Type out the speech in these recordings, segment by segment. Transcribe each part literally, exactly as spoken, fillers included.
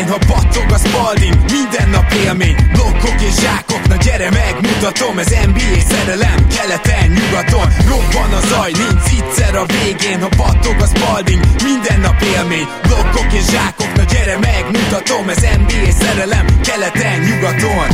végén, ha battog a Spalding, minden nap élmény, blokkok és zsákok, na gyere megmutatom, ez en bé á szerelem, keleten, nyugaton, robban a zaj, nincs egyszer a végén, ha battog a Spalding, minden nap élmény, blokkok és zsákok, na gyere megmutatom, ez en bé á szerelem, keleten, nyugaton.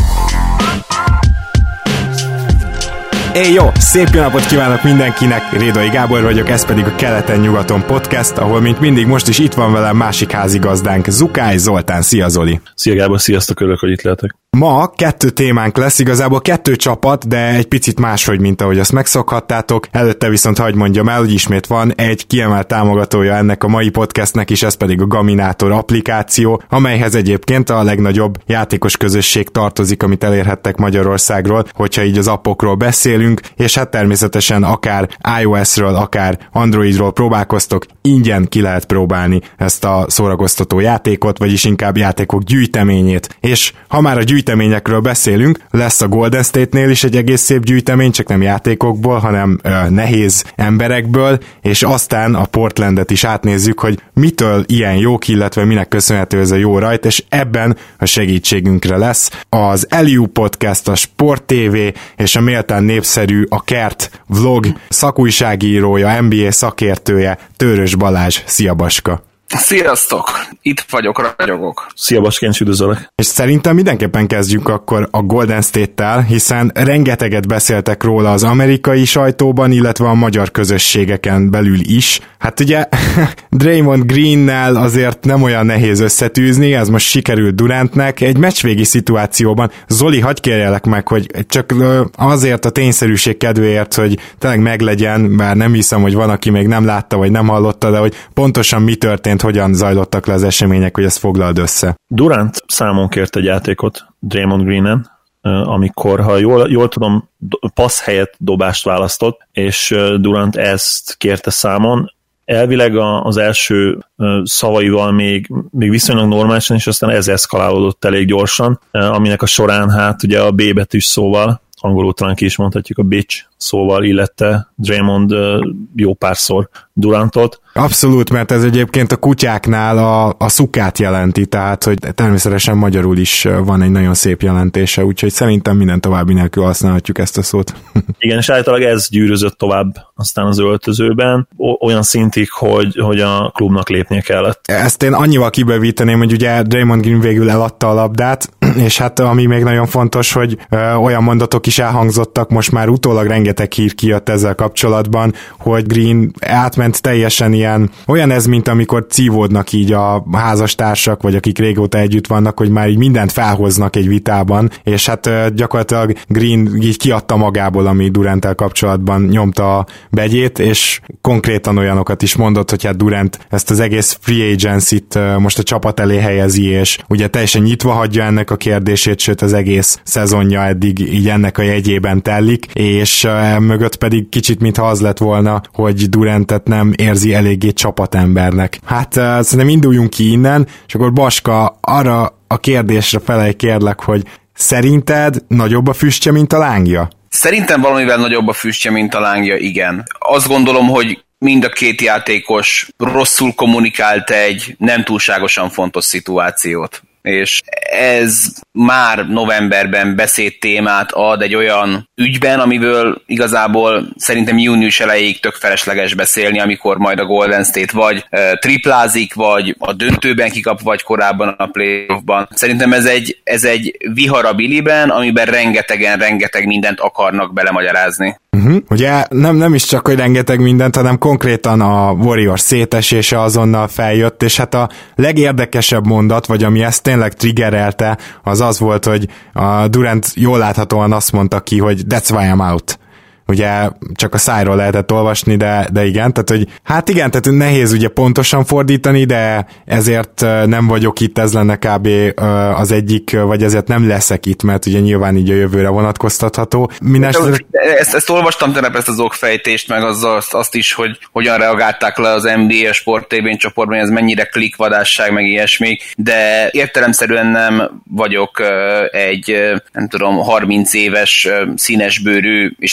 Éj, jó! Szép jó napot kívánok mindenkinek, Rédai Gábor vagyok, ez pedig a Keleten-nyugaton podcast, ahol mint mindig most is itt van velem másik házigazdánk, Zukály Zoltán. Szia Zoli! Szia Gábor, sziasztok, örülök, hogy itt lehetek. Ma kettő témánk lesz, igazából kettő csapat, de egy picit máshogy, mint ahogy azt megszokhattátok. Előtte viszont hadd mondjam el, hogy ismét van egy kiemelt támogatója ennek a mai podcastnek is, ez pedig a Gaminator applikáció, amelyhez egyébként a legnagyobb játékos közösség tartozik, amit elérhettek Magyarországról, hogyha így az appokról beszélünk, és hát természetesen akár iOS-ről, akár Androidról próbálkoztok, ingyen ki lehet próbálni ezt a szórakoztató játékot, vagyis inkább játékok gyűjteményét. És ha már a gyűjteményekről beszélünk, lesz a Golden State-nél is egy egész szép gyűjtemény, csak nem játékokból, hanem ö, nehéz emberekből, és aztán a Portlandet is átnézzük, hogy mitől ilyen jók, illetve minek köszönhető ez a jó rajt, és ebben a segítségünkre lesz az Eliu Podcast, a Sport té vé és a méltán népszerű a Kert vlog szakújságírója, en bé á szakértője, Tőrös Balázs. Szia Baska! Sziasztok! Itt vagyok, ragyogok. Szia Baskén, üdvözöllek! És szerintem mindenképpen kezdjünk akkor a Golden State-tel, hiszen rengeteget beszéltek róla az amerikai sajtóban, illetve a magyar közösségeken belül is. Hát ugye Draymond Greennel azért nem olyan nehéz összetűzni, ez most sikerült Durantnek. Egy meccsvégi szituációban, Zoli, hagyj kérjelek meg, hogy csak azért a tényszerűség kedvéért, hogy tényleg meglegyen, bár nem hiszem, hogy van, aki még nem látta, vagy nem hallotta, de hogy pontosan mi történt, hogyan zajlottak le az események, hogy ezt foglald össze. Durant számon kért egy játékot Draymond Greenen, amikor, ha jól, jól tudom, passz helyett dobást választott, és Durant ezt kérte számon. Elvileg az első szavaival még, még viszonylag normálisan, és aztán ez eszkalálódott elég gyorsan, aminek a során hát ugye a B betűs szóval, angolul talán ki is mondhatjuk, a bitch szóval illette Draymond jó párszor Durantot. Abszolút, mert ez egyébként a kutyáknál a, a szukát jelenti, tehát hogy természetesen magyarul is van egy nagyon szép jelentése, úgyhogy szerintem minden további nélkül használhatjuk ezt a szót. Igen, és általában ez gyűrözött tovább aztán az öltözőben, olyan szintig, hogy, hogy a klubnak lépnie kellett. Ezt én annyival kibővíteném, hogy ugye Draymond Green végül eladta a labdát, és hát ami még nagyon fontos, hogy ö, olyan mondatok is elhangzottak, most már utólag rengeteg hír kijött ezzel kapcsolatban, hogy Green átment teljesen ilyen, olyan ez, mint amikor cívódnak így a házastársak, vagy akik régóta együtt vannak, hogy már így mindent felhoznak egy vitában, és hát ö, gyakorlatilag Green így kiadta magából, ami Duranttel kapcsolatban nyomta a begyét, és konkrétan olyanokat is mondott, hogy hát Durant ezt az egész free agency-t ö, most a csapat elé helyezi, és ugye teljesen nyitva hagyja ennek a kérdését, sőt az egész szezonja eddig így ennek a jegyében tellik, és uh, mögött pedig kicsit mintha az lett volna, hogy Durantet nem érzi eléggé csapatembernek. Hát uh, szerintem induljunk ki innen, és akkor Baska, arra a kérdésre felej kérlek, hogy szerinted nagyobb a füstje, mint a lángja? Szerintem valamivel nagyobb a füstje, mint a lángja, igen. Azt gondolom, hogy mind a két játékos rosszul kommunikált egy nem túlságosan fontos szituációt. És ez már novemberben beszédtémát ad egy olyan ügyben, amiből igazából szerintem június elejéig tök felesleges beszélni, amikor majd a Golden State vagy e, triplázik, vagy a döntőben kikap, vagy korábban a playoffban. Szerintem ez egy, ez egy vihar a biliben, amiben rengetegen, rengeteg mindent akarnak belemagyarázni. Uh-huh. Ugye nem, nem is csak, hogy rengeteg mindent, hanem konkrétan a Warriors szétesése azonnal feljött, és hát a legérdekesebb mondat, vagy ami ezt tényleg triggerelte, az az volt, hogy a Durant jól láthatóan azt mondta ki, hogy that's why I'm out. Ugye csak a szájról lehetett olvasni, de, de igen, tehát hogy hát igen, tehát nehéz ugye pontosan fordítani, de ezért nem vagyok itt, ez lenne kb. Az egyik, vagy ezért nem leszek itt, mert ugye nyilván így a jövőre vonatkoztatható. Mindenesetre... Ezt, ezt olvastam tegnap, ezt az okfejtést, meg az, azt, azt is, hogy hogyan reagálták le az en bé á Sport té vén csoportban, ez mennyire klikvadásság, meg ilyesmi, de értelemszerűen nem vagyok egy, nem tudom, harminc éves színesbőrű, és nem az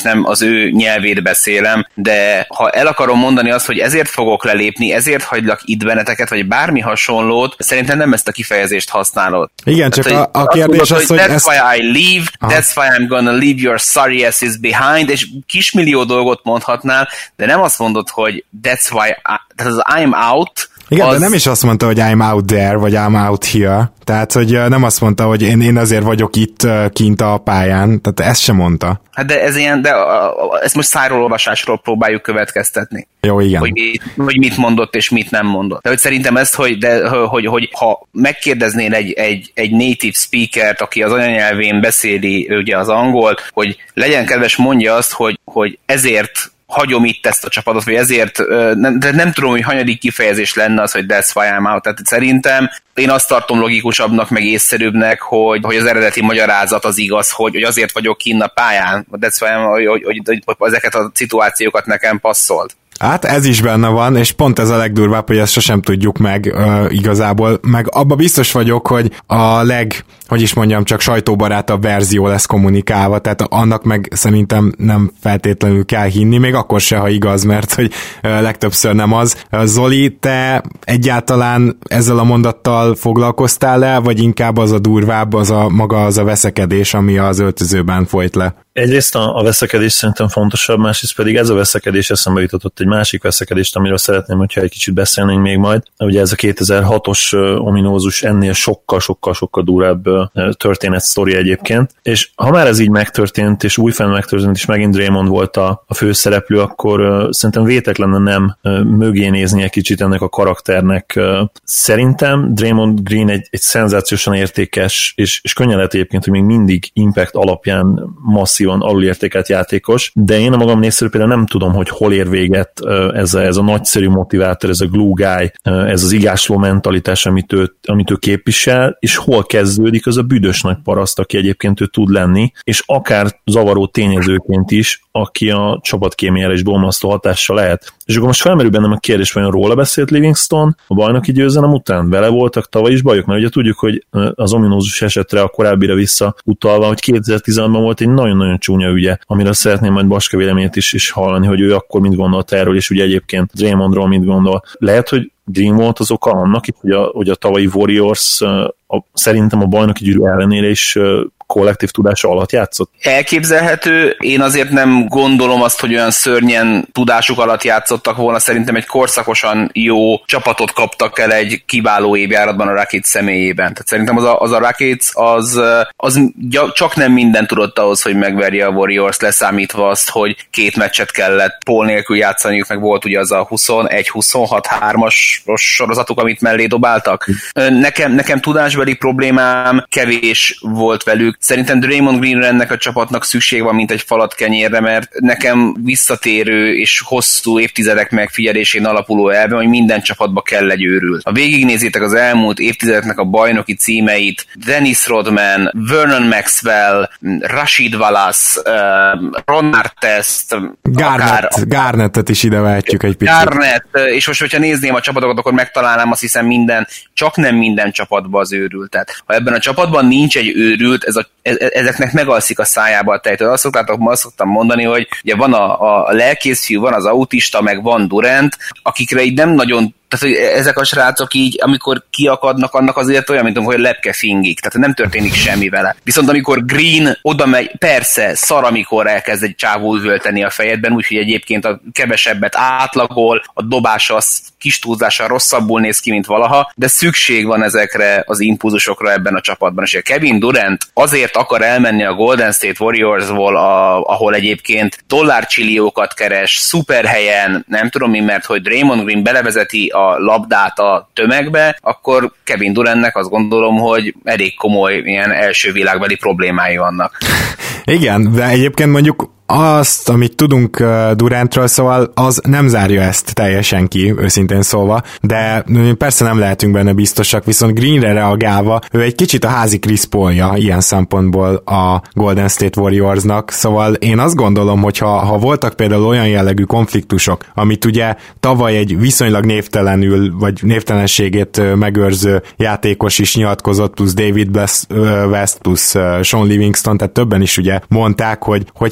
ő nyelvét beszélem, de ha el akarom mondani azt, hogy ezért fogok lelépni, ezért hagylak itt benneteket, vagy bármi hasonlót, szerintem nem ezt a kifejezést használod. Igen, csak tehát, a, a kérdés mondod, az, hogy, hogy that's ezt... why I leave, Aha. that's why I'm gonna leave your sorry asses behind, és kismillió dolgot mondhatnál, de nem azt mondod, hogy that's why I, tehát az I'm out. Igen, az... de nem is azt mondta, hogy I'm out there, vagy I'm out here. Tehát, hogy nem azt mondta, hogy én, én azért vagyok itt kint a pályán. Tehát ezt sem mondta. Hát de ez ilyen, de ezt most szájról olvasásról próbáljuk következtetni. Jó, igen. Hogy, hogy mit mondott és mit nem mondott. De hogy szerintem ezt, hogy, de, hogy, hogy ha megkérdeznél egy, egy, egy native speakert, aki az anyanyelvén beszéli ugye az angolt, hogy legyen kedves, mondja azt, hogy, hogy ezért hagyom itt ezt a csapatot, vagy ezért nem, de nem tudom, hogy hanyadik kifejezés lenne az, hogy that's why I'm out. Tehát szerintem én azt tartom logikusabbnak, meg észszerűbbnek, hogy, hogy az eredeti magyarázat az igaz, hogy, hogy azért vagyok kinn a pályán, that's why I'm, hogy, hogy, hogy, hogy ezeket a szituációkat nekem passzolt. Hát ez is benne van, és pont ez a legdurvább, hogy ezt sosem tudjuk meg uh, igazából, meg abba biztos vagyok, hogy a leg, hogy is mondjam, csak sajtóbarátabb verzió lesz kommunikálva, tehát annak meg szerintem nem feltétlenül kell hinni, még akkor se, ha igaz, mert hogy uh, legtöbbször nem az. Uh, Zoli, te egyáltalán ezzel a mondattal foglalkoztál-e, vagy inkább az a durvább, az a maga az a veszekedés, ami az öltözőben folyt le? Egyrészt a, a veszekedés szerintem fontosabb, másrészt pedig ez a veszekedés eszembe jutott egy másik veszekedést, amiről szeretném, hogyha egy kicsit beszélnénk még majd. Ugye ez a kétezer-hatos uh, ominózus, ennél sokkal-sokkal-sokkal durvább uh, történet sztori egyébként. És ha már ez így megtörtént, és újfent megtörtént, és megint Draymond volt a, a főszereplő, akkor uh, szerintem vétek lenne nem uh, mögé nézni egy kicsit ennek a karakternek. Uh, szerintem Draymond Green egy, egy szenzációsan értékes, és, és könnyen lehet egyébként, hogy még mindig impact alapján masszív alulértékelt játékos, de én a magam részéről például nem tudom, hogy hol ér véget ez a, ez a nagyszerű motivátor, ez a glue guy, ez az igásló mentalitás, amit ő, amit ő képvisel, és hol kezdődik az a büdös nagy paraszt, aki egyébként ő tud lenni, és akár zavaró tényezőként is, aki a csapatkémiára is bomlasztó hatással lehet. És akkor most felmerül bennem a kérdés, vajon róla beszélt Livingston a bajnoki győzelem után? Vele voltak tavaly is bajok, mert ugye tudjuk, hogy az ominózus esetre a korábbira visszautalva, hogy kétezer-tizenhatban volt egy nagyon-nagyon csúnya ügye, amiről szeretném majd Baska véleményét is, is hallani, hogy ő akkor mit gondolt erről, és ugye egyébként Draymondról mit gondol. Lehet, hogy Green volt az oka annak, hogy a, hogy a tavalyi Warriors a, szerintem a bajnoki gyűrű ellenére is kollektív tudása alatt játszott? Elképzelhető, én azért nem gondolom azt, hogy olyan szörnyen tudásuk alatt játszottak volna, szerintem egy korszakosan jó csapatot kaptak el egy kiváló évjáratban a Rockets személyében. Tehát szerintem az a, az a Rockets az, az csak nem mindent tudott ahhoz, hogy megverje a Warriors, leszámítva azt, hogy két meccset kellett Paul nélkül játszaniuk, meg volt ugye az a huszonegy huszonhat hármas sorozatuk, amit mellé dobáltak. Nekem, nekem tudásbeli problémám kevés volt velük. Szerintem Draymond Greenre ennek a csapatnak szükség van, mint egy falat kenyérre, mert nekem visszatérő és hosszú évtizedek megfigyelésén alapuló elve, hogy minden csapatba kell egy őrült. Ha végignézitek az elmúlt évtizedeknek a bajnoki címeit, Dennis Rodman, Vernon Maxwell, Rashid Wallace, uh, Ron Artest, Garnett, akár... Garnettet is ide vehetjük egy picit. Garnett, és most, hogyha nézném a csapatokat, akkor megtalálnám azt hiszem minden, csak nem minden csapatban az őrültet. Ha ebben a csapatban nincs egy őrült, ez a ezeknek megalszik a szájába a tejtől. Azt szoktátok, azt szoktam mondani, hogy ugye van a, a lelkészfiú, van az autista, meg van Durant, akikre így nem nagyon, tehát hogy ezek a srácok így, amikor kiakadnak, annak azért olyan, mint hogy lepke fingik, tehát nem történik semmi vele. Viszont amikor Green oda megy, persze, szar, amikor elkezd egy csávó üvölteni a fejedben, úgyhogy egyébként a kevesebbet átlagol, a dobása az kis túlzással rosszabbul néz ki, mint valaha, de szükség van ezekre az impulzusokra ebben a csapatban. És a Kevin Durant azért akar elmenni a Golden State Warriorsból, a, ahol egyébként dollárcsilliókat keres, szuper helyen, nem tudom mi, mert hogy Draymond Green belevezeti a labdát a tömegbe, akkor Kevin Durantnek azt gondolom, hogy elég komoly ilyen első világbeli problémái vannak. Igen, de egyébként mondjuk azt, amit tudunk Durantról, szóval az nem zárja ezt teljesen ki, őszintén szólva, de persze nem lehetünk benne biztosak, viszont Greenre reagálva, ő egy kicsit a házi Chris Paulja ilyen szempontból a Golden State Warriorsnak, szóval én azt gondolom, hogy ha, ha voltak például olyan jellegű konfliktusok, amit ugye tavaly egy viszonylag névtelenül, vagy névtelenségét megőrző játékos is nyilatkozott, plusz David West, plusz Sean Livingston, tehát többen is ugye mondták, hogy, hogy hát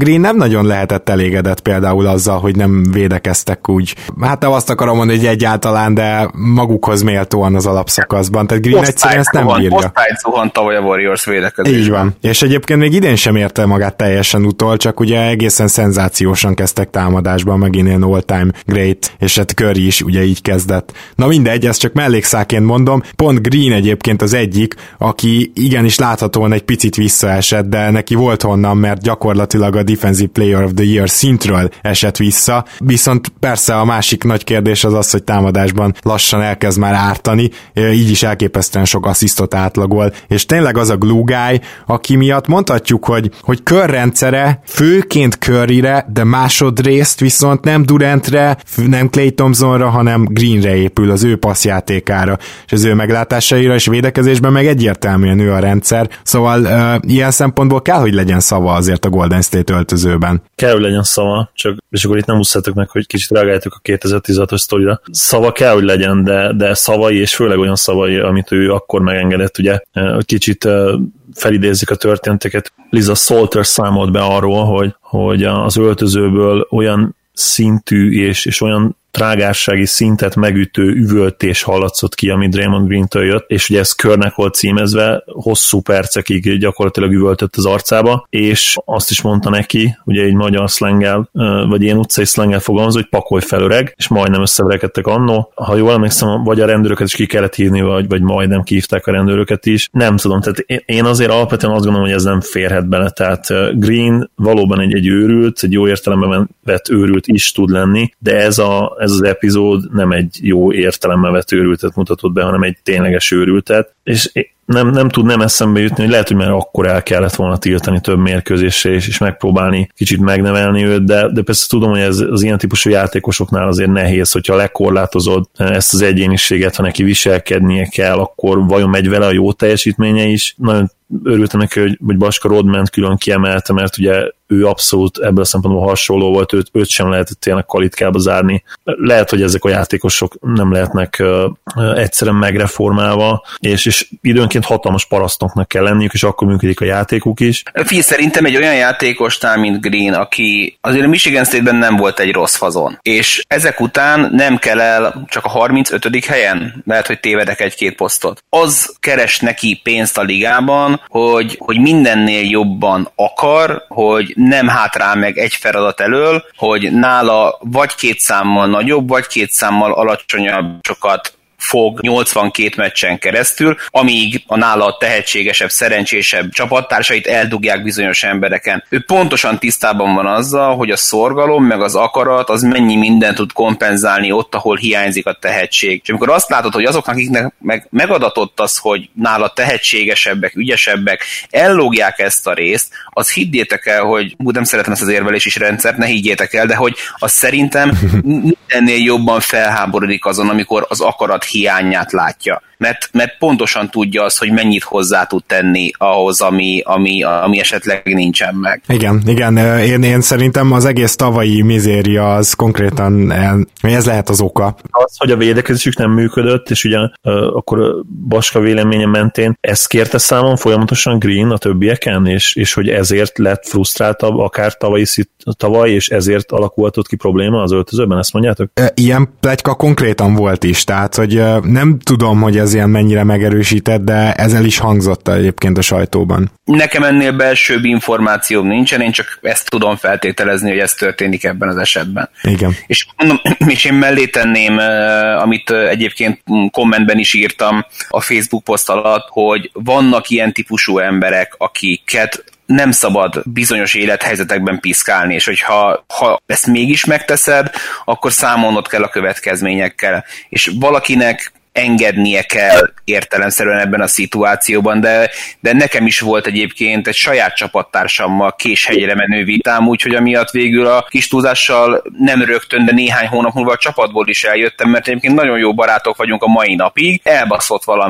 Green nem nagyon lehetett elégedett például azzal, hogy nem védekeztek úgy. Hát nem azt akarom mondani, hogy egyáltalán, de magukhoz méltóan az alapszakaszban. Tehát Green egyszerűen ezt nem bírja. Osztályt zuhant tavaly a Warriors védekezésben. Így van. És egyébként még idén sem érte magát teljesen utol, csak ugye egészen szenzációsan kezdtek támadásban, megint ilyen all-time great, és hát Curry is ugye így kezdett. Na mindegy, ezt csak mellékszáként mondom. Pont Green egyébként az egyik, aki igenis láthatóan egy picit visszaesett, de neki volt honnan, mert gyakorlatilag a Defensive Player of the Year szintről esett vissza. Viszont persze a másik nagy kérdés az az, hogy támadásban lassan elkezd már ártani, így is elképesztően sok asszisztot átlagol, és tényleg az a glue guy, aki miatt mondhatjuk, hogy, hogy körrendszere főként Curryre, de másodrészt viszont nem Durantre, nem Klay Thompsonra, hanem Greenre épül, az ő passzjátékára, és az ő meglátásaira, és védekezésben meg egyértelműen ő a rendszer. Szóval uh, ilyen szempontból kell, hogy legyen szava azért a Golden State öltözőben. Kell, hogy legyen szava, csak, és akkor itt nem ússzátok meg, hogy kicsit reagáljátok a kétezer-tizenhatos sztorira. Szava kell, hogy legyen, de, de szavai, és főleg olyan szavai, amit ő akkor megengedett, ugye, kicsit uh, felidézzük a történteket. Liza Salter számolt be arról, hogy, hogy az öltözőből olyan szintű és, és olyan trágársági szintet megütő üvöltés hallatszott ki, ami Draymond Green-től jött, és ugye ez Körnek volt címezve, hosszú percekig gyakorlatilag üvöltött az arcába, és azt is mondta neki, ugye egy magyar szlenggel, vagy ilyen utcai szlenggel fogalmazó, hogy pakolj fel öreg, és majdnem összeverekedtek annó. Ha jól emlékszem, vagy a rendőröket is ki kellett hívni, vagy, vagy majdnem kihívták a rendőröket is. Nem tudom, tehát én azért alapvetően azt gondolom, hogy ez nem férhet bele, tehát Green valóban egy, egy őrült, egy jó értelemben vett őrült is tud lenni, de ez a ez az epizód nem egy jó értelemben vett őrültet mutatott be, hanem egy tényleges őrültet, és nem, nem tud nem eszembe jutni, hogy lehet, hogy már akkor el kellett volna tiltani több mérkőzésre, és, és megpróbálni kicsit megnevelni őt, de, de persze tudom, hogy ez az ilyen típusú játékosoknál azért nehéz, hogyha lekorlátozod ezt az egyéniséget, ha neki viselkednie kell, akkor vajon megy vele a jó teljesítménye is. Nagyon örültem neki, hogy, hogy Baska Rodman külön kiemelte, mert ugye ő abszolút ebből a szempontból hasonló volt, őt, őt sem lehetett tényleg kalitkába zárni. Lehet, hogy ezek a játékosok nem lehetnek uh, egyszerűen megreformálva, és, és időnként hatalmas parasztoknak kell lenniük, és akkor működik a játékuk is. Figyelj, szerintem egy olyan játékostál, mint Green, aki azért a Michigan State-ben nem volt egy rossz fazon, és ezek után nem kell el csak a harmincötödik helyen, lehet, hogy tévedek egy-két posztot. Az keres neki pénzt a ligában, hogy, hogy mindennél jobban akar, hogy nem hátrál meg egy feladat elől, hogy nála vagy két számmal nagyobb, vagy két számmal alacsonyabb sokat fog nyolcvankét meccsen keresztül, amíg a nála tehetségesebb, szerencsésebb csapattársait eldugják bizonyos embereken. Ő pontosan tisztában van azzal, hogy a szorgalom meg az akarat az mennyi mindent tud kompenzálni ott, ahol hiányzik a tehetség. És amikor azt látod, hogy azoknak, akiknek meg, megadatott az, hogy nála tehetségesebbek, ügyesebbek, ellógják ezt a részt, az higgyétek el, hogy úgy nem szeretem ezt az érvelési rendszert, ne higgyétek el, de hogy az szerintem mindennél jobban felháborodik azon, amikor az akarat hiányát látja. Mert, mert pontosan tudja azt, hogy mennyit hozzá tud tenni ahhoz, ami, ami, ami esetleg nincsen meg. Igen, igen, én, én szerintem az egész tavalyi mizéria az konkrétan, ez lehet az oka. Az, hogy a védekezésük nem működött, és ugye akkor Baska véleménye mentén ezt kérte számon folyamatosan Green a többieken, és, és hogy ezért lett frusztráltabb akár tavaly, tavaly, és ezért alakult ott ki probléma az öltözőben, ezt mondjátok? Ilyen pletyka konkrétan volt is, tehát hogy nem tudom, hogy ez ilyen mennyire megerősített, de ez el is hangzott egyébként a sajtóban. Nekem ennél belsőbb információm nincsen, én csak ezt tudom feltételezni, hogy ez történik ebben az esetben. Igen. És mondom, és én mellé tenném, amit egyébként kommentben is írtam a Facebook poszt alatt, hogy vannak ilyen típusú emberek, akiket nem szabad bizonyos élethelyzetekben piszkálni, és hogyha ha ezt mégis megteszed, akkor számolnod kell a következményekkel. És valakinek engednie kell értelemszerűen ebben a szituációban, de, de nekem is volt egyébként egy saját csapattársammal Késhegyre menő vitám, úgyhogy amiatt végül a kis túlzással nem rögtön, de néhány hónap múlva a csapatból is eljöttem, mert egyébként nagyon jó barátok vagyunk a mai napig, elbaszott valamit.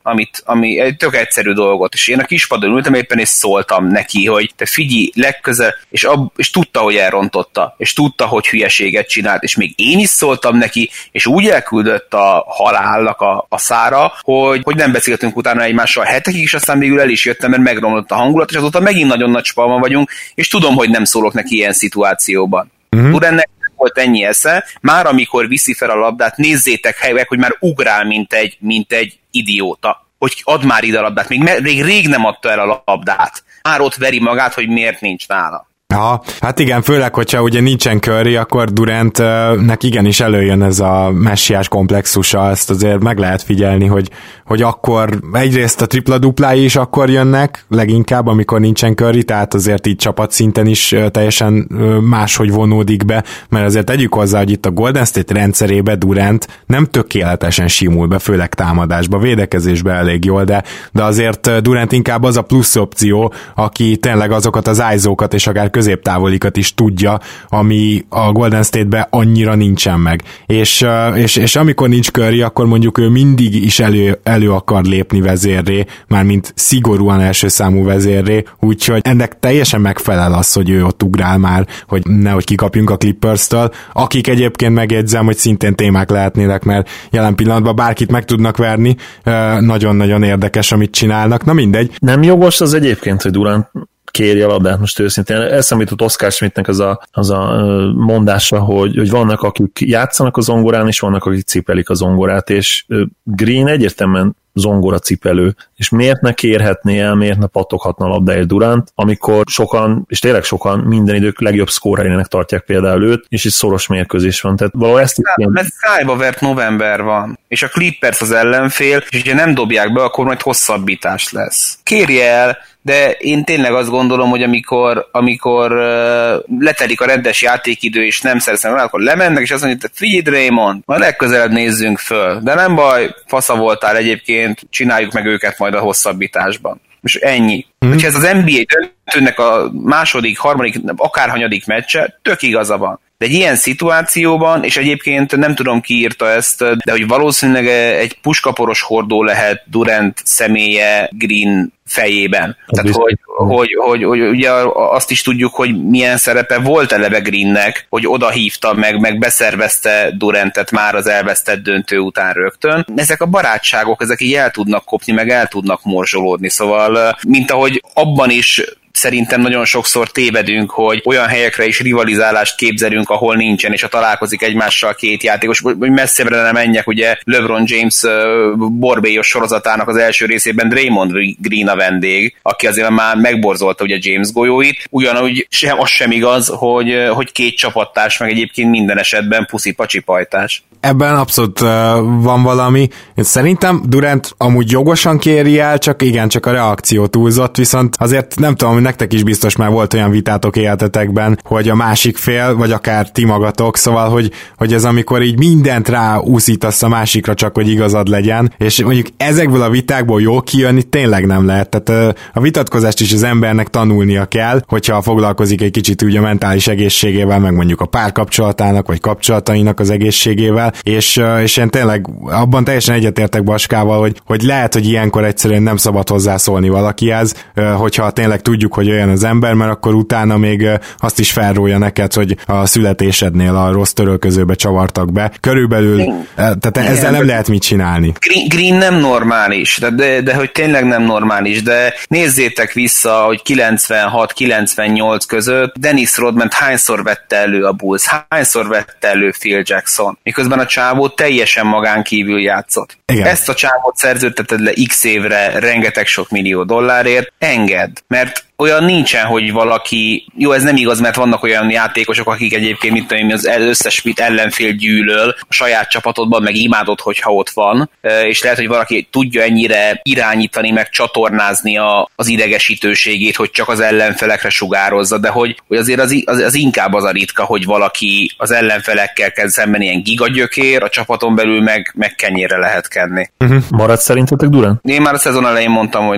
amit, ami egy tök egyszerű dolgot, és én a kispadon ültem éppen, és szóltam neki, hogy te figyelj, legközel, és, ab, és tudta, hogy elrontotta, és tudta, hogy hülyeséget csinált, és még én is szóltam neki, és úgy elküldött a halálnak a, a szára, hogy, hogy nem beszéltünk utána egymással hetekig, és aztán végül el is jöttem, mert megromlott a hangulat, és azóta megint nagyon nagy spalman vagyunk, és tudom, hogy nem szólok neki ilyen szituációban. Uh-huh. Durantnek volt ennyi esze, már amikor viszi fel a labdát, nézzétek meg, hogy már ugrál, mint egy, mint egy idióta, hogy add már ide a labdát, még, még rég nem adta el a labdát. Már ott veri magát, hogy miért nincs nála. Ja, hát igen, főleg, hogyha ugye nincsen Curry, akkor Durantnek igenis előjön ez a messiás komplexusa, ezt azért meg lehet figyelni, hogy, hogy akkor egyrészt a tripla-duplái is akkor jönnek, leginkább, amikor nincsen Curry, tehát azért így csapatszinten is teljesen máshogy vonódik be, mert azért tegyük hozzá, hogy itt a Golden State rendszerébe Durant nem tökéletesen simul be, főleg támadásba, védekezésbe elég jól, de, de azért Durant inkább az a plusz opció, aki tényleg azokat az ájzókat és akár középtávolikat is tudja, ami a Golden State-ben annyira nincsen meg. És, és, és amikor nincs Curry, akkor mondjuk ő mindig is elő, elő akar lépni vezérré, mármint szigorúan első számú vezérré, úgyhogy ennek teljesen megfelel az, hogy ő ott ugrál már, hogy nehogy kikapjunk a Clippers-től, akik egyébként megjegyzem, hogy szintén témák lehetnének, mert jelen pillanatban bárkit meg tudnak verni, nagyon-nagyon érdekes, amit csinálnak, na mindegy. Nem jogos az egyébként, hogy Durant kéri a labdát, most őszintén. Eszembe jutott Oscar Schmidtnek az a, az a mondása, hogy, hogy vannak, akik játszanak a zongorán, és vannak, akik cipelik a zongorát, és Green egyértelműen zongora cipelő, és miért ne kérhetné el, miért ne pattoghatna a labdáért Durant, amikor sokan, és tényleg sokan minden idők legjobb szkórerének tartják például őt, és egy szoros mérkőzés van. Tehát valahol ezt is ilyen... Mert Skyba vert november van, és a Clippers az ellenfél, és ha nem dobják be, akkor majd hosszabbítás lesz. Kérje el, de én tényleg azt gondolom, hogy amikor, amikor uh, letelik a rendes játékidő, és nem szerezem el, akkor lemennek, és azt mondják, hogy figyelj Draymond, majd legközelebb nézzünk föl. De nem baj, fasza voltál egyébként, csináljuk meg őket majd a hosszabbításban. És ennyi. Mm. Hogyha ez az en bé á döntőnek a második, harmadik, akárhanyadik meccse, tök igaza van. De egy ilyen szituációban, és egyébként nem tudom ki írta ezt, de hogy valószínűleg egy puskaporos hordó lehet Durant személye Green fejében. Tehát, hogy, hogy, hogy, hogy ugye azt is tudjuk, hogy milyen szerepe volt eleve Greennek, hogy oda hívta meg, meg beszervezte Durantet már az elvesztett döntő után rögtön. Ezek a barátságok, ezek így el tudnak kopni, meg el tudnak morzsolódni. Szóval, mint ahogy abban is szerintem nagyon sokszor tévedünk, hogy olyan helyekre is rivalizálást képzelünk, ahol nincsen, és ha találkozik egymással két játékos, hogy messzebbre nem menjek, ugye LeBron James uh, borbélyos sorozatának az első részében Draymond Green a vendég, aki azért már megborzolta ugye James golyóit, ugyanúgy sem, az sem igaz, hogy, hogy két csapattárs, meg egyébként minden esetben puszi-pacsi pajtás. Ebben abszolút uh, van valami. Szerintem Durant amúgy jogosan kéri el, csak igen, csak a reakció túlzott, viszont azért nem tudom, hogy nektek is biztos már volt olyan vitátok életetekben, hogy a másik fél, vagy akár ti magatok, szóval, hogy, hogy ez amikor így mindent ráúszítasz a másikra, csak hogy igazad legyen, és mondjuk ezekből a vitákból jól kijönni tényleg nem lehet. Tehát uh, a vitatkozást is az embernek tanulnia kell, hogyha foglalkozik egy kicsit úgy a mentális egészségével, meg mondjuk a párkapcsolatának, vagy kapcsolatainak az egészségével, és, és én tényleg abban teljesen egyetértek Baskával, hogy, hogy lehet, hogy ilyenkor egyszerűen nem szabad hozzászólni valakihez, hogyha tényleg tudjuk, hogy olyan az ember, mert akkor utána még azt is felrója neked, hogy a születésednél a rossz törölközőbe csavartak be. Körülbelül, tehát ezzel igen, nem lehet mit csinálni. Green, Green nem normális, de, de, de hogy tényleg nem normális, de nézzétek vissza, hogy kilencvenhat kilencvennyolc között Dennis Rodman hányszor vette elő a Bulls, hányszor vette elő Phil Jackson, miközben a csávó teljesen magán kívül játszott. Igen. Ezt a csávót szerződteted le x évre rengeteg sok millió dollárért, engedd, mert olyan nincsen, hogy valaki, jó, ez nem igaz, mert vannak olyan játékosok, akik egyébként, mit tudom én, az összes mit ellenfél gyűlöl a saját csapatodban, meg imádod, hogyha ott van, és lehet, hogy valaki tudja ennyire irányítani, meg csatornázni a, az idegesítőségét, hogy csak az ellenfelekre sugározza, de hogy, hogy azért az, az, az inkább az a ritka, hogy valaki az ellenfelekkel kezd szemben ilyen gigagyökér, a csapaton belül meg, meg kenyére lehet kenni. Uh-huh. Marad szerintetek Durant? Én már a szezon elején mondtam, hogy nem.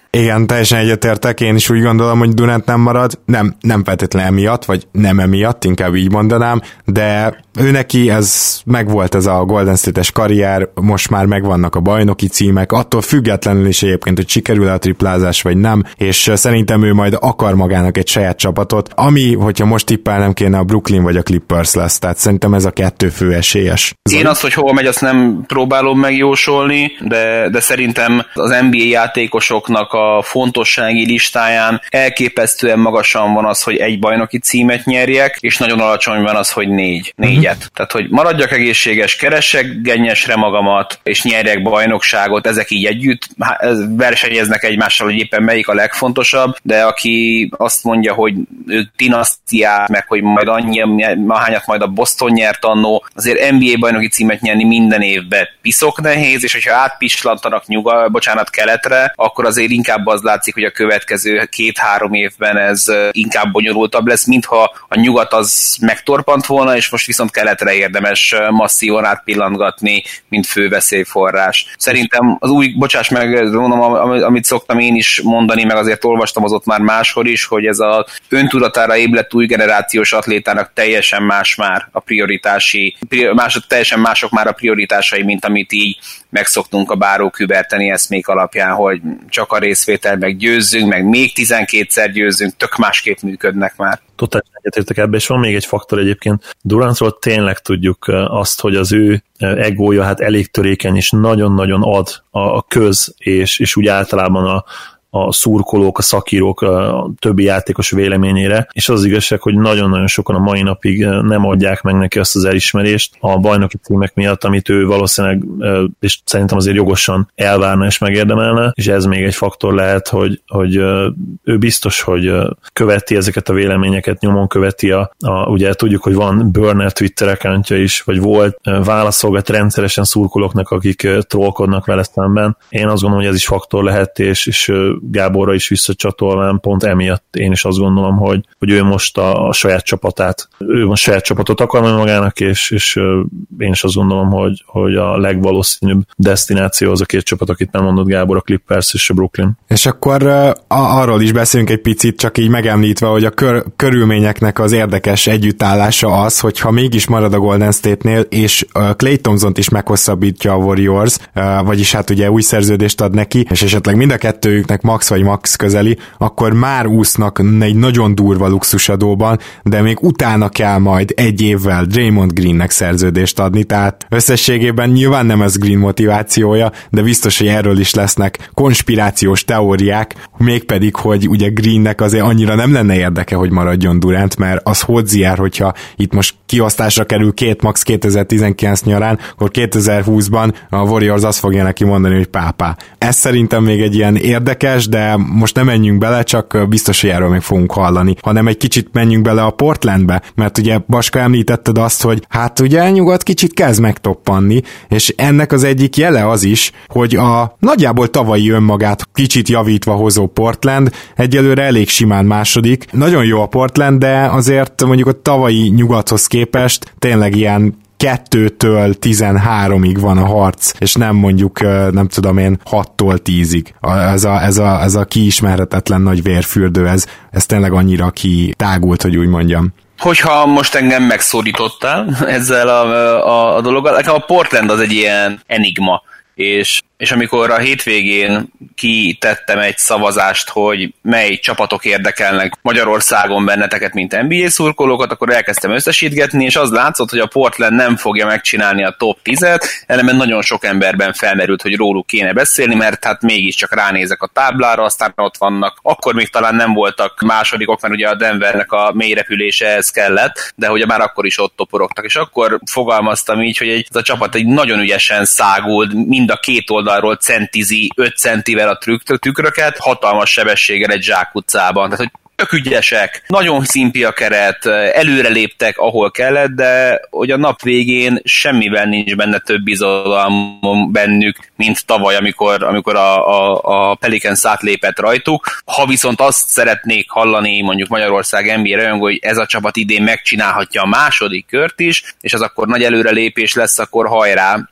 Igen, teljesen egyetértek, én is úgy gondolom, hogy Durant nem marad, nem, nem feltétlenül emiatt, vagy nem emiatt, inkább így mondanám, de ő neki ez megvolt ez a Golden State-es karrier, most már megvannak a bajnoki címek, attól függetlenül is egyébként, hogy sikerül a triplázás vagy nem, és szerintem ő majd akar magának egy saját csapatot, ami, hogyha most tippelnem kéne, a Brooklyn vagy a Clippers lesz, tehát szerintem ez a kettő fő esélyes. Én azt, hogy hova megy, azt nem próbálom megjósolni, de, de szerintem az en bé á játékosoknak a fontossági listáján elképesztően magasan van az, hogy egy bajnoki címet nyerjek, és nagyon alacsony van az, hogy négy. Négyet. Uh-huh. Tehát, hogy maradjak egészséges, keressek gennyesre magamat, és nyerjek bajnokságot, ezek így együtt versenyeznek egymással, hogy éppen melyik a legfontosabb, de aki azt mondja, hogy ők dinasztiát, meg hogy majd annyi, ahányat majd a Boston nyert annó, azért en bé á bajnoki címet nyerni minden évben piszok nehéz, és hogyha átpislantanak nyugal, bocsánat, keletre, akkor azért inkább az látszik, hogy a következő két-három évben ez inkább bonyolultabb lesz, mintha a nyugat az megtorpant volna, és most viszont keletre érdemes masszívan átpillantgatni, mint fő veszélyforrás. Szerintem az új, bocsáss meg, mondom, amit szoktam én is mondani, meg azért olvastam az ott már máshol is, hogy ez a öntudatára ébredt új generációs atlétának teljesen más már a prioritási, mások, teljesen mások már a prioritásai, mint amit így megszoktunk a báró küberteni eszmék alapján, hogy csak a részvétel, meg győzzünk, meg még tizenkétszer győzzünk, tök másképp működnek már. Totálisan egyetértek ebbe, és van még egy faktor egyébként. Durantról tényleg tudjuk azt, hogy az ő egója hát elég törékeny, és nagyon-nagyon ad a köz, és, és úgy általában a a szurkolók, a szakírók, a többi játékos véleményére, és az, az igazság, hogy nagyon-nagyon sokan a mai napig nem adják meg neki azt az elismerést a bajnoki címek miatt, amit ő valószínűleg, és szerintem azért jogosan elvárna és megérdemelne, és ez még egy faktor lehet, hogy, hogy ő biztos, hogy követi ezeket a véleményeket, nyomon követi a, a ugye tudjuk, hogy van burner Twitter accountja is, vagy volt, válaszolgat rendszeresen szurkolóknak, akik trollkodnak vele szemben. Én azt gondolom, hogy ez is faktor lehet, és, és Gáborra is visszacsatolván, pont emiatt én is azt gondolom, hogy, hogy ő most a, a saját csapatát, ő most saját csapatot akar magának, és, és én is azt gondolom, hogy, hogy a legvalószínűbb destináció az a két csapat, akit nem mondott Gábor, a Clippers és a Brooklyn. És akkor uh, arról is beszélünk egy picit, csak így megemlítve, hogy a kör, körülményeknek az érdekes együttállása az, hogyha mégis marad a Golden State-nél, és uh, Klay Thompsont is meghosszabbítja a Warriors, uh, vagyis hát ugye új szerződést ad neki, és esetleg mind a kettőjüknek max vagy max közeli, akkor már úsznak egy nagyon durva luxusadóban, de még utána kell majd egy évvel Draymond Greennek szerződést adni, tehát összességében nyilván nem ez Green motivációja, de biztos, hogy erről is lesznek konspirációs teóriák, mégpedig, hogy ugye Greennek azért annyira nem lenne érdeke, hogy maradjon Durant, mert az hozzá, hogyha itt most kiosztásra kerül két max kétezer-tizenkilenc nyarán, akkor kétezer-húszban a Warriors azt fogja neki mondani, hogy pápá. Ez szerintem még egy ilyen érdekes, de most nem menjünk bele, csak biztos, hogy erről még fogunk hallani, hanem egy kicsit menjünk bele a Portlandbe, mert ugye Baska említetted azt, hogy hát ugye nyugat kicsit kezd megtoppanni, és ennek az egyik jele az is, hogy a nagyjából tavalyi önmagát kicsit javítva hozó Portland egyelőre elég simán második. Nagyon jó a Portland, de azért mondjuk a tavalyi nyugathoz képest tényleg ilyen kettőtől tizenháromig van a harc, és nem mondjuk, nem tudom én, hattól tízig. Ez a, ez a, ez a kiismerhetetlen nagy vérfürdő, ez, ez tényleg annyira kitágult, hogy úgy mondjam. Hogyha most engem megszólítottál ezzel a, a, a dologgal, nekem a Portland az egy ilyen enigma, és, és amikor a hétvégén kitettem egy szavazást, hogy mely csapatok érdekelnek Magyarországon benneteket, mint en bé á szurkolókat, akkor elkezdtem összesítgetni, és az látszott, hogy a Portland nem fogja megcsinálni a top tízet, ellenben nagyon sok emberben felmerült, hogy róluk kéne beszélni, mert hát mégiscsak ránézek a táblára, aztán ott vannak. Akkor még talán nem voltak másodikok, mert ugye a Denvernek a mély repülése ez kellett, de ugye már akkor is ott toporogtak, és akkor fogalmaztam így, hogy egy, ez a csapat egy nagyon ügyesen száguld, mind a két oldalról centizi öt centivel a trükk, tükröket, hatalmas sebességgel egy zsákutcában. Tehát, hogy tök ügyesek, nagyon szimpi a keret, előre léptek, ahol kellett, de hogy a nap végén semmivel nincs benne több bizalom bennük, mint tavaly, amikor, amikor a, a, a Pelicans átlépett rajtuk. Ha viszont azt szeretnék hallani mondjuk Magyarország en bé á rajongó, hogy ez a csapat idén megcsinálhatja a második kört is, és az akkor nagy előrelépés lesz, akkor hajrá,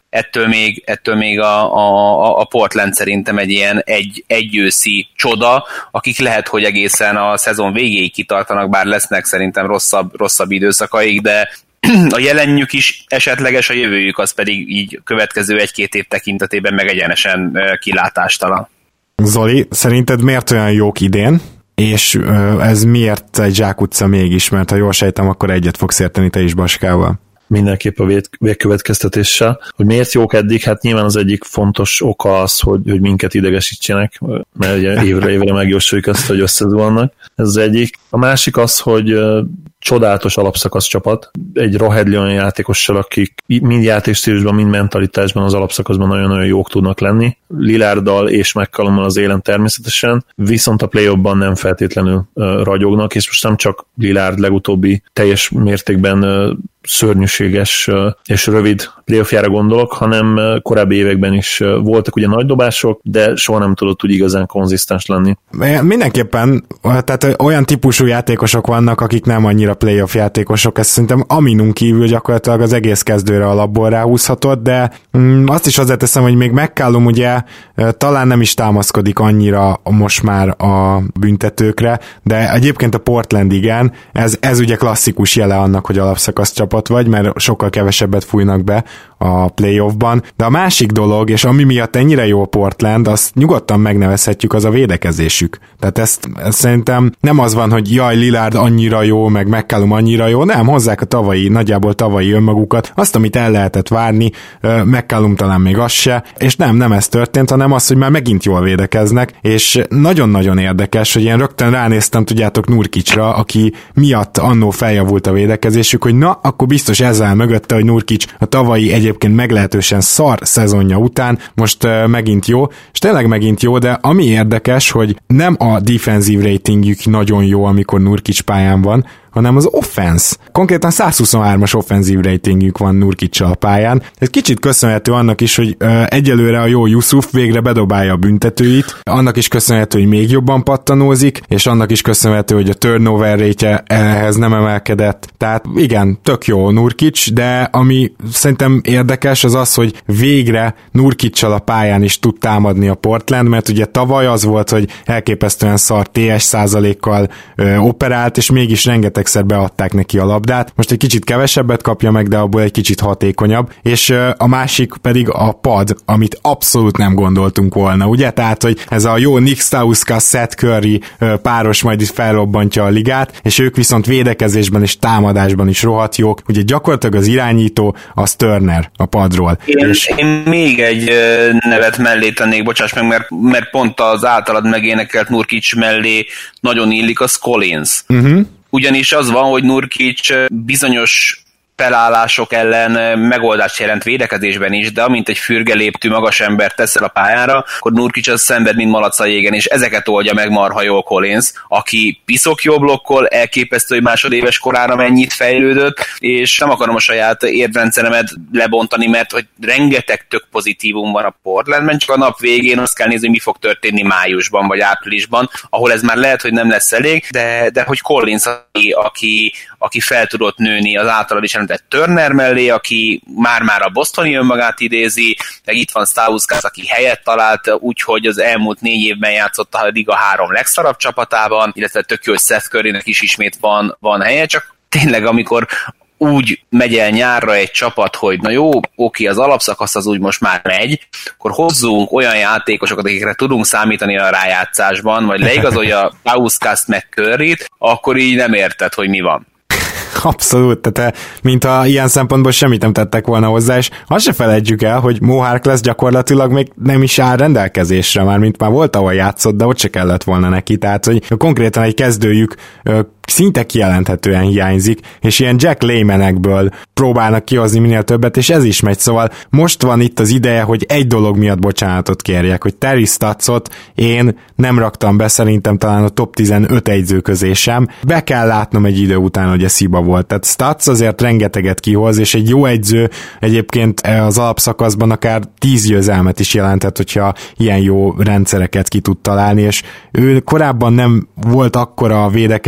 ettől még, ettől még a, a, a Portland szerintem egy ilyen egy, egyőszi csoda, akik lehet, hogy egészen a szezon végéig kitartanak, bár lesznek szerintem rosszabb, rosszabb időszakaik, de a jelenjük is esetleges, a jövőjük az pedig így következő egy-két év tekintetében meg egyenesen kilátástalan. Zoli, szerinted miért olyan jók idén? És ez miért egy zsákutca mégis? Mert ha jól sejtem, akkor egyet fogsz érteni te is Baskával. Mindenképp a végkövetkeztetéssel. Hogy miért jók eddig? Hát nyilván az egyik fontos oka az, hogy, hogy minket idegesítsenek, mert ugye évre évre megjósoljuk azt, hogy összezuhannak. Ez az egyik. A másik az, hogy csodálatos alapszakasz csapat, egy rohedli olyan játékossal, akik mind játékstílusban, mind mentalitásban az alapszakaszban nagyon-nagyon jók tudnak lenni. Lillarddal és McCallummal az élen természetesen, viszont a play-offban nem feltétlenül uh, ragyognak, és most nem csak Lillard legutóbbi teljes mértékben uh, szörnyűséges uh, és rövid playoffjára gondolok, hanem uh, korábbi években is uh, voltak ugye nagy dobások, de soha nem tudott úgy igazán konzisztens lenni. Mindenképpen, tehát olyan típusú játékosok vannak, akik nem annyira playoff játékosok, ezt szerintem Aminun kívül gyakorlatilag az egész kezdőre alapból ráhúzhatod, de mm, azt is hozzáteszem, hogy még McCallum ugye talán nem is támaszkodik annyira most már a büntetőkre, de egyébként a Portland igen, ez, ez ugye klasszikus jele annak, hogy alapszakasz csapat vagy, mert sokkal kevesebbet fújnak be a playoffban, de a másik dolog, és ami miatt ennyire jó a Portland, azt nyugodtan megnevezhetjük, az a védekezésük. Tehát ezt, ezt szerintem nem az van, hogy jaj, Lillard annyira jó, meg McCallum annyira jó, nem, hozzák a tavalyi, nagyjából tavalyi önmagukat, azt, amit el lehetett várni, McCallum talán még az se, és nem, nem ez történt, hanem az, hogy már megint jól védekeznek, és nagyon-nagyon érdekes, hogy én rögtön ránéztem, tudjátok, Nurkićra, aki miatt annó feljavult a védekezésük, hogy na, akkor biztos ezzel mögötte, hogy Nurkić a tavalyi egyébként meglehetősen szar szezonja után most uh, megint jó, és tényleg megint jó, de ami érdekes, hogy nem a defensive ratingjük nagyon jó, amikor Nurkić pályán van, hanem az offense. Konkrétan száz huszonhármas offenzív ratingjük van Nurkićsal a pályán. Ez kicsit köszönhető annak is, hogy ö, egyelőre a jó Yusuf végre bedobálja a büntetőit, annak is köszönhető, hogy még jobban pattanózik, és annak is köszönhető, hogy a turnover rate ehhez nem emelkedett. Tehát igen, tök jó Nurkić, de ami szerintem érdekes az az, hogy végre Nurkićsal a pályán is tud támadni a Portland, mert ugye tavaly az volt, hogy elképesztően szar té es százalékkal ö, operált, és mégis rengeteg beadták neki a labdát, most egy kicsit kevesebbet kapja meg, de abból egy kicsit hatékonyabb, és a másik pedig a pad, amit abszolút nem gondoltunk volna, ugye? Tehát, hogy ez a jó Nick Stauskas, Seth Curry páros majd itt felrobbantja a ligát, és ők viszont védekezésben és támadásban is rohadt jók, ugye gyakorlatilag az irányító az Turner a padról. Én, és... én még egy nevet mellé tennék, bocsáss meg, mert, mert pont az általad megénekelt Nurkić mellé nagyon illik, az Collins. Uh-huh. Ugyanis az van, hogy Nurkić bizonyos felállások ellen megoldást jelent védekezésben is, de amint egy fürgeléptű magas ember teszel a pályára, akkor Nurkić az szenved, mint malac a jégen, és ezeket oldja meg marha jól Collins, aki piszok jó blokkol, elképesztő, hogy másodéves korára mennyit fejlődött, és nem akarom a saját érvrendszeremet lebontani, mert hogy rengeteg tök pozitívum van a Portlandben, csak a nap végén azt kell nézni, hogy mi fog történni májusban vagy áprilisban, ahol ez már lehet, hogy nem lesz elég, de, de hogy Collins, aki, aki, aki fel tudott nőni az általad is Turner mellé, aki már-már a Bostoni önmagát idézi, meg itt van Stauskas, aki helyet talált, úgyhogy az elmúlt négy évben játszott a liga három legszarabb csapatában, illetve tök jó, hogy Seth Currynek is ismét van, van helye, csak tényleg amikor úgy megy el nyárra egy csapat, hogy na jó, oké, az alapszakasz az úgy most már megy, akkor hozzunk olyan játékosokat, akikre tudunk számítani a rájátszásban, vagy leigazolja Stauskas meg Curryt, akkor így nem érted, hogy mi van. Abszolút, tehát mint ha ilyen szempontból semmit nem tettek volna hozzá, és azt se felejtjük el, hogy Mo Harkless gyakorlatilag még nem is áll rendelkezésre, már mint már volt, ahol játszott, de ott se kellett volna neki, tehát hogy konkrétan egy kezdőjük szinte kijelenthetően hiányzik, és ilyen Jack Laymanekből próbálnak kihozni minél többet, és ez is megy, szóval most van itt az ideje, hogy egy dolog miatt bocsánatot kérjek, hogy Terry Stottsot én nem raktam be, szerintem talán a top tizenöt egyző közé sem, be kell látnom egy idő után, hogy a sziba volt, tehát Stotts azért rengeteget kihoz, és egy jó egyző egyébként az alapszakaszban akár tíz győzelmet is jelentett, hogyha ilyen jó rendszereket ki tud találni, és ő korábban nem volt akkora a védekező zseni,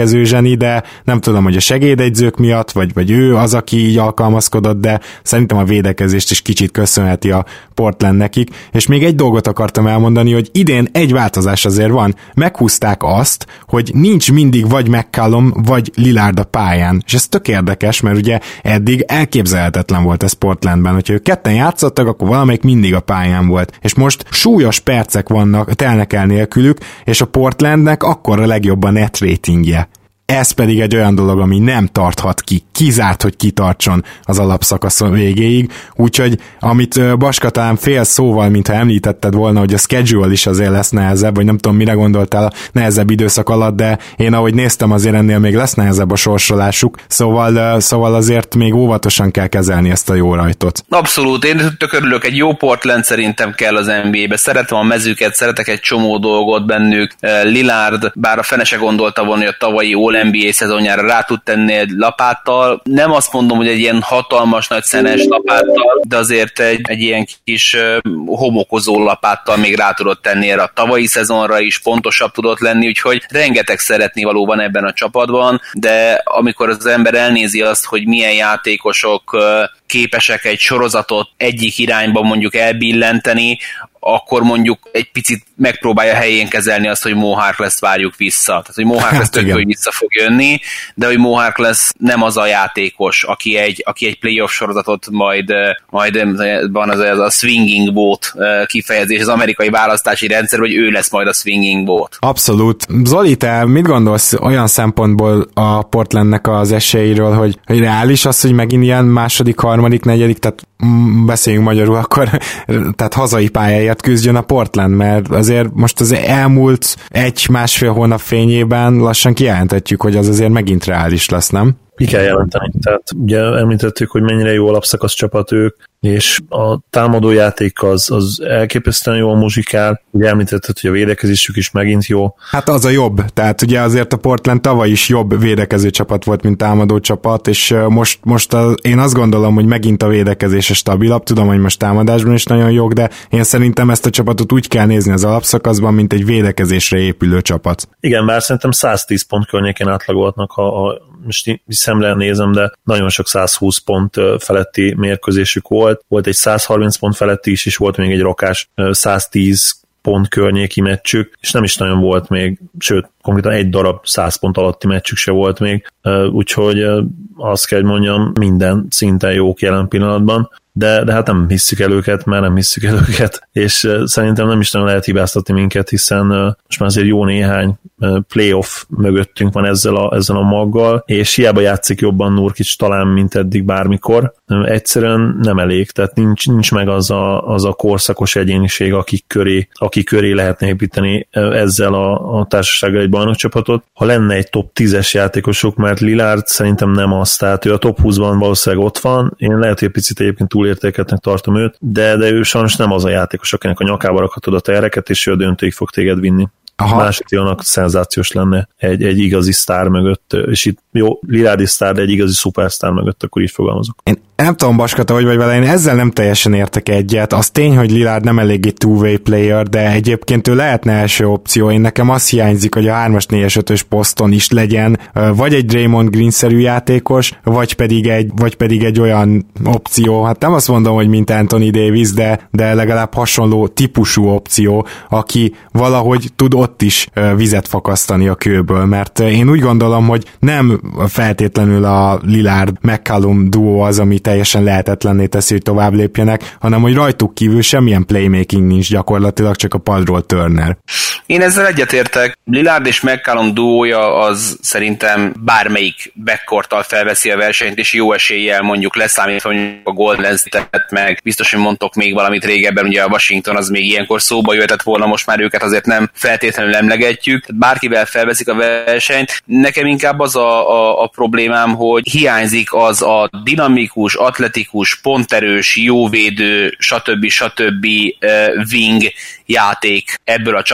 kezdeni, de nem tudom, hogy a segédegyzők miatt, vagy, vagy ő az, aki így alkalmazkodott, de szerintem a védekezést is kicsit köszönheti a Portland nekik, és még egy dolgot akartam elmondani, hogy idén egy változás azért van, meghúzták azt, hogy nincs mindig vagy McCallum, vagy Lillard a pályán, és ez tök érdekes, mert ugye eddig elképzelhetetlen volt ez Portlandben, hogyha ők ketten játszottak, akkor valamelyik mindig a pályán volt, és most súlyos percek vannak, telnek el nélkülük, és a Portlandnek akkor a legjobb a net ratingje. Ez pedig egy olyan dolog, ami nem tarthat ki, kizárt, hogy kitartson az alapszakasz végéig, úgyhogy amit Baska talán fél szóval, mintha említetted volna, hogy a schedule is azért lesz nehezebb, vagy nem tudom, mire gondoltál a nehezebb időszak alatt, de én ahogy néztem, azért ennél még lesz nehezebb a sorsolásuk, szóval, szóval azért még óvatosan kell kezelni ezt a jó rajtot. Abszolút, én tök örülök, egy jó Portland szerintem kell az en bé á-be, szeretem a mezőket, szeretek egy csomó dolgot bennük, Lillard, bár a fene se gondolta volna, hogy a tavalyi All en bé á szezonjára rá tud tenni egy lapáttal. Nem azt mondom, hogy egy ilyen hatalmas nagy szenes lapáttal, de azért egy, egy ilyen kis uh, homokozó lapáttal még rá tudott tenni erre a tavalyi szezonra is, pontosabb tudott lenni, úgyhogy rengeteg szeretnivaló van ebben a csapatban, de amikor az ember elnézi azt, hogy milyen játékosok uh, képesek egy sorozatot egyik irányba mondjuk elbillenteni, akkor mondjuk egy picit megpróbálja helyén kezelni azt, hogy Mo Harkless várjuk vissza. Tehát, hogy Mo Harkless hát, tök, hogy vissza fog jönni, de hogy Mo Harkless nem az a játékos, aki egy, aki egy playoff sorozatot majd, majd van az, az a swinging boat kifejezés az amerikai választási rendszer, hogy ő lesz majd a swinging boat. Abszolút. Zoli, te mit gondolsz olyan szempontból a Portlandnek az esélyről, hogy, hogy reális az, hogy megint ilyen második, harmadik, negyedik, tehát beszéljünk magyarul, akkor tehát hazai pályáját küzdjön a Portland, mert azért most az elmúlt egy-másfél hónap fényében lassan kijelenthetjük, hogy az azért megint reális lesz, nem? Ki kell jelenteni. Tehát ugye említettük, hogy mennyire jó alapszakasz csapat ők, és a támadójáték az, az elképesztően jól muzsikál. Ugye említetted, hogy a védekezésük is megint jó. Hát az a jobb. Tehát ugye azért a Portland tavaly is jobb védekező csapat volt, mint támadó csapat, és most, most a, én azt gondolom, hogy megint a védekezése stabilabb. Tudom, hogy most támadásban is nagyon jók, de én szerintem ezt a csapatot úgy kell nézni az alapszakaszban, mint egy védekezésre épülő csapat. Igen, bár szerintem száztíz pont környékén átlagolhatnak, ha, ha most szemre nézem, de nagyon sok százhúsz pont feletti mérkőzésük volt. Volt egy százharminc pont feletti is, és volt még egy rakás száztíz pont környéki meccsük, és nem is nagyon volt még, sőt, konkrétan egy darab száz pont alatti meccsük se volt még, úgyhogy azt kell, hogy mondjam, minden szinten jók jelen pillanatban, de, de hát nem hisszük el őket, mert nem hisszük el őket, és szerintem nem is nagyon lehet hibáztatni minket, hiszen most már azért jó néhány playoff mögöttünk van ezzel a, ezzel a maggal, és hiába játszik jobban Nurkic talán, mint eddig bármikor, egyszerűen nem elég, tehát nincs, nincs meg az a, az a korszakos egyéniség, akik köré, akik köré lehetne építeni ezzel a, a társasággal egy bajnokcsapatot. Ha lenne egy top tízes játékosuk, mert Lillard szerintem nem az, tehát ő a top húszban valószínűleg ott van, én lehet, hogy egy picit egyébként túlértékeltnek tartom őt, de, de ő sajnos nem az a játékos, akinek a nyakába rakhatod a tereket, és ő a döntőig fog téged vinni. Aha. Másodjának szenzációs lenne egy, egy igazi sztár mögött, és itt jó, Lillardi sztár, de egy igazi szupersztár mögött, akkor így fogalmazok. Én nem tudom, Baskata, hogy vagy vele, én ezzel nem teljesen értek egyet. Az tény, hogy Lillard nem eléggé two-way player, de egyébként ő lehetne első opció. Én nekem azt hiányzik, hogy a hármas, négyes, ötös poszton is legyen vagy egy Draymond Green-szerű játékos, vagy pedig egy, vagy pedig egy olyan opció, hát nem azt mondom, hogy mint Anthony Davis, de, de legalább hasonló típusú opció, aki valahogy tud ott is vizet fakasztani a kőből, mert én úgy gondolom, hogy nem feltétlenül a Lillard-McCallum duó az, ami teljesen lehetetlenné teszi, hogy tovább lépjenek, hanem hogy rajtuk kívül semmilyen playmaking nincs gyakorlatilag, csak a padról Turner. Én ezzel egyetértek. Lillard és McCallum duója az szerintem bármelyik backcourttal felveszi a versenyt, és jó eséllyel mondjuk leszámítva mondjuk a Golden State-et meg. Biztos, hogy mondtok még valamit régebben, ugye a Washington az még ilyenkor szóba jöhetett volna, most már őket azért nem feltétlenül emlegetjük. Bárkivel felveszik a versenyt. Nekem inkább az a, a, a problémám, hogy hiányzik az a dinamikus, atletikus, ponterős, jóvédő, stb. stb. Uh, wing játék ebből a csapatból,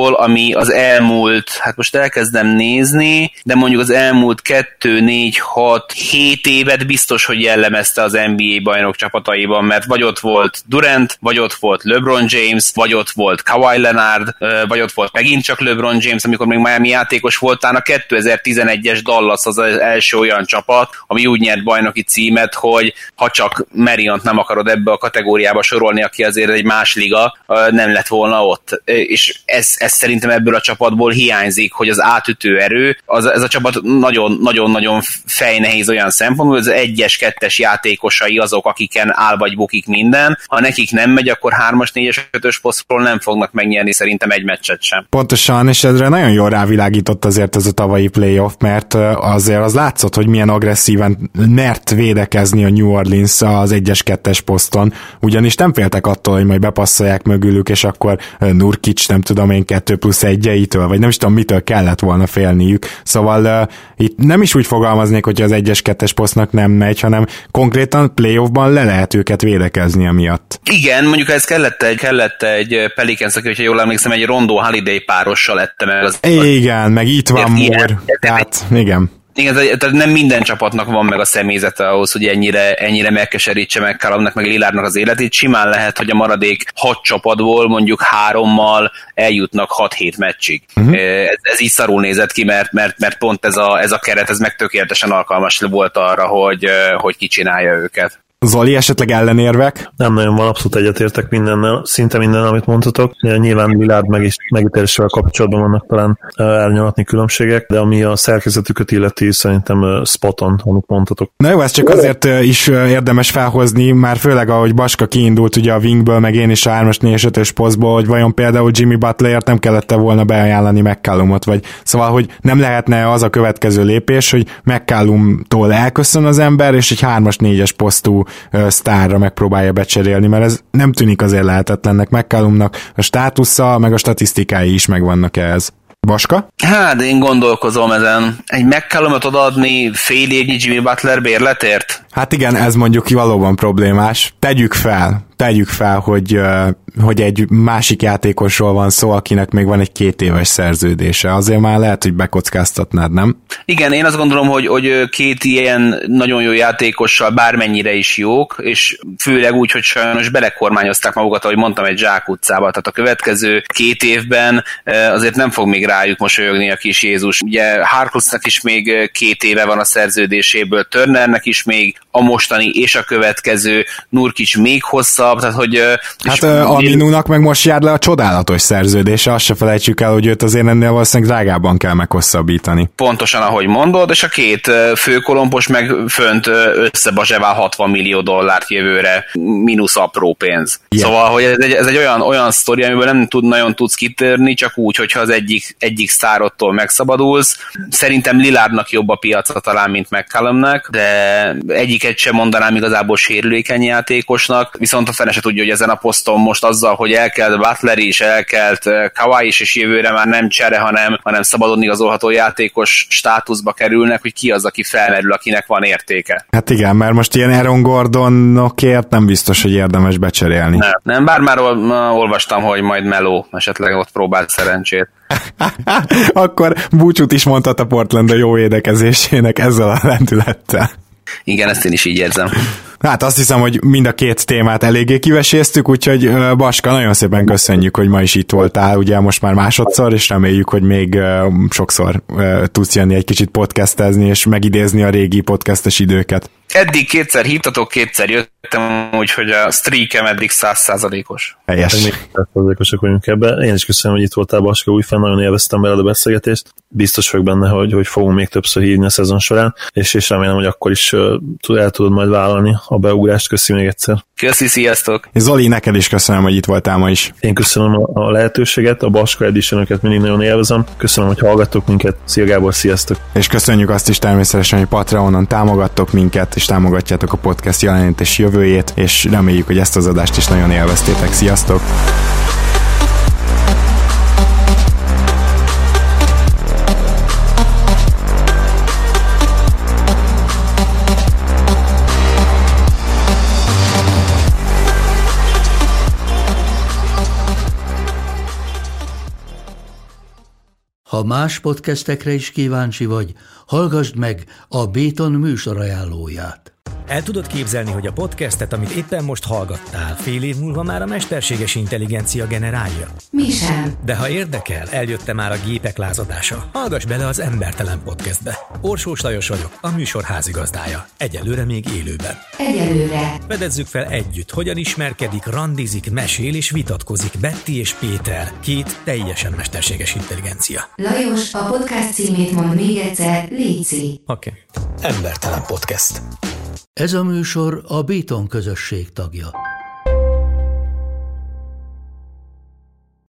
csapatból, ami az elmúlt, hát most elkezdem nézni, de mondjuk az elmúlt kettő, négy, hat, hét évet biztos, hogy jellemezte az en bé á bajnok csapataiban, mert vagy ott volt Durant, vagy ott volt LeBron James, vagy ott volt Kawhi Leonard, vagy ott volt megint csak LeBron James, amikor még Miami játékos voltán. A kétezer-tizenegyes Dallas az az első olyan csapat, ami úgy nyert bajnoki címet, hogy ha csak Mariont nem akarod ebbe a kategóriába sorolni, aki azért egy más liga, nem lett volna ott. És ez, ez szerintem ebből a csapatból hiányzik, hogy az átütő erő, az, ez a csapat nagyon-nagyon fejnehéz olyan szempontból, hogy az egyes, kettes játékosai azok, akiken áll vagy bukik minden. Ha nekik nem megy, akkor hármas, négyes, ötös posztról nem fognak megnyerni szerintem egy meccset sem. Pontosan, és ezre nagyon jól rávilágított azért ez a tavalyi playoff, mert azért az látszott, hogy milyen agresszíven mert védekezni a New Orleans az egyes, kettes poszton, ugyanis nem féltek attól, hogy majd bepasszolják mögülük, és akkor Nurkic, nem tudom én, kettő plusz egyeitől, vagy nem is tudom, mitől kellett volna félniük. Szóval uh, itt nem is úgy fogalmaznék, hogy az egyes, kettes posztnak nem megy, hanem konkrétan playoffban le lehet őket védekezni amiatt. Igen, mondjuk ez kellett egy, kellett egy Pelicans, aki, hogyha jól emlékszem, egy Rondo Holiday párossal lette meg az... Igen, meg itt van Moore, tehát igen. Igen, tehát nem minden csapatnak van meg a személyzete ahhoz, hogy ennyire, ennyire megkeserítse meg Callumnak, meg Lillardnak az életét. Simán lehet, hogy a maradék hat csapatból mondjuk hárommal eljutnak hat-hét meccsig. Uh-huh. Ez, ez így szarul nézett ki, mert, mert, mert pont ez a, ez a keret, ez meg tökéletesen alkalmas volt arra, hogy, hogy kicsinálja őket. Zoli, esetleg ellenérvek? Nem nagyon van, abszolút egyetértek mindennel, szinte minden, amit mondtatok. Nyilván Lillard meg is megítélésével kapcsolatban vannak talán elnyalatni különbségek, de ami a szerkezetüket illeti, szerintem spoton, amit mondtatok. Na jó, ez csak azért is érdemes felhozni, már főleg ahogy Baska kiindult ugye a wingből, meg én is a hármas, négyes, ötös posztból, hogy vajon például Jimmy Butlerért nem kellett volna beajánlani McCallumot, vagy szóval, hogy nem lehetne az a következő lépés, hogy McCallumtól elköszön az ember, és egy hármas, négyes posztú sztárra megpróbálja becserélni, mert ez nem tűnik azért lehetetlennek. McCallumnak a státusza, meg a statisztikái is megvannak ehhez. Baska? Hát én gondolkozom ezen. Egy McCallumot odaadni fél évnyi Jimmy Butler bérletért? Hát igen, ez mondjuk valóban problémás. Tegyük fel, tegyük fel, hogy, hogy egy másik játékosról van szó, akinek még van egy két éves szerződése. Azért már lehet, hogy bekockáztatnád, nem? Igen, én azt gondolom, hogy, hogy két ilyen nagyon jó játékossal bármennyire is jók, és főleg úgy, hogy sajnos belekormányozták magukat, ahogy mondtam, egy zsákutcába. Tehát a következő két évben azért nem fog még rájuk mosolyogni a kis Jézus. Ugye Harklessnak is még két éve van a szerződéséből, Turnernek is még a mostani és a következő, Nurkic még hosszabb, tehát hogy... Hát Aminunak meg most jár le a csodálatos szerződése, azt se felejtsük el, hogy őt azért ennél valószínűleg drágábban kell meghosszabbítani. Pontosan, ahogy mondod, és a két főkolompos meg fönt összebazsevál hatvan millió dollárt jövőre, mínusz apró pénz. Yeah. Szóval, hogy ez egy, ez egy olyan, olyan sztori, amiből nem tud, nagyon tudsz kitörni, csak úgy, hogyha az egyik, egyik sztárottól megszabadulsz. Szerintem Lillardnak jobb a piaca talán, mint McCallumnak, de egyiket sem mondanám igazából sérülékeny játékosnak, viszont a fene se tudja, hogy ezen a poszton most azzal, hogy elkelt Butler is, elkelt Kawhi is, és jövőre már nem csere, hanem, hanem szabadon igazolható játékos státuszba kerülnek, hogy ki az, aki felmerül, akinek van értéke. Hát igen, mert most ilyen Aaron Gordonokért nem biztos, hogy érdemes becserélni. Nem, nem bár már ol, olvastam, hogy majd Melo esetleg ott próbált szerencsét. Akkor búcsút is mondhat a Portland a jó védekezésének ezzel a lendülettel. Igen, ezt én is így érzem. Hát azt hiszem, hogy mind a két témát eléggé kiveséztük, úgyhogy Baska, nagyon szépen köszönjük, hogy ma is itt voltál, ugye most már másodszor, és reméljük, hogy még sokszor tudsz jönni egy kicsit podcastezni, és megidézni a régi podcastes időket. Eddig kétszer hívtatok, kétszer jöttem, úgyhogy a streakem eddig száz százalékos. Helyes. Még száz százalékosak vagyunk ebben. Én is köszönöm, hogy itt voltál, Baska, újfenn nagyon élveztem veled a beszélgetést. Biztos vagyok benne, hogy, hogy fogunk még többször hívni a szezon során, és, és remélem, hogy akkor is uh, el tudod majd vállalni a beugrást. Köszi még egyszer. Köszi, sziasztok! Zoli, neked is köszönöm, hogy itt voltál ma is. Én köszönöm a, a lehetőséget, a Baska Edition-öket mindig nagyon élvezem. Köszönöm, hogy hallgattok minket. Szia Gábor, sziasztok! És köszönjük azt is természetesen, hogy Patreonon támogattok minket, és támogatjátok a podcast jelenét és jövőjét, és reméljük, hogy ezt az adást is nagyon élveztétek. Sziasztok! Ha más podcastekre is kíváncsi vagy, hallgassd meg a Béton műsor ajánlóját. El tudod képzelni, hogy a podcastet, amit éppen most hallgattál, fél év múlva már a mesterséges intelligencia generálja? Mi sem. De ha érdekel, eljött már a gépek lázadása. Hallgass bele az Embertelen Podcastbe. Orsós Lajos vagyok, a műsor házigazdája. Egyelőre még élőben. Egyelőre. Fedezzük fel együtt, hogyan ismerkedik, randizik, mesél és vitatkozik Betty és Péter, két teljesen mesterséges intelligencia. Lajos, a podcast címét mond még egyszer, léci. Oké. Okay. Embertelen Podcast. Ez a műsor a Béton közösség tagja.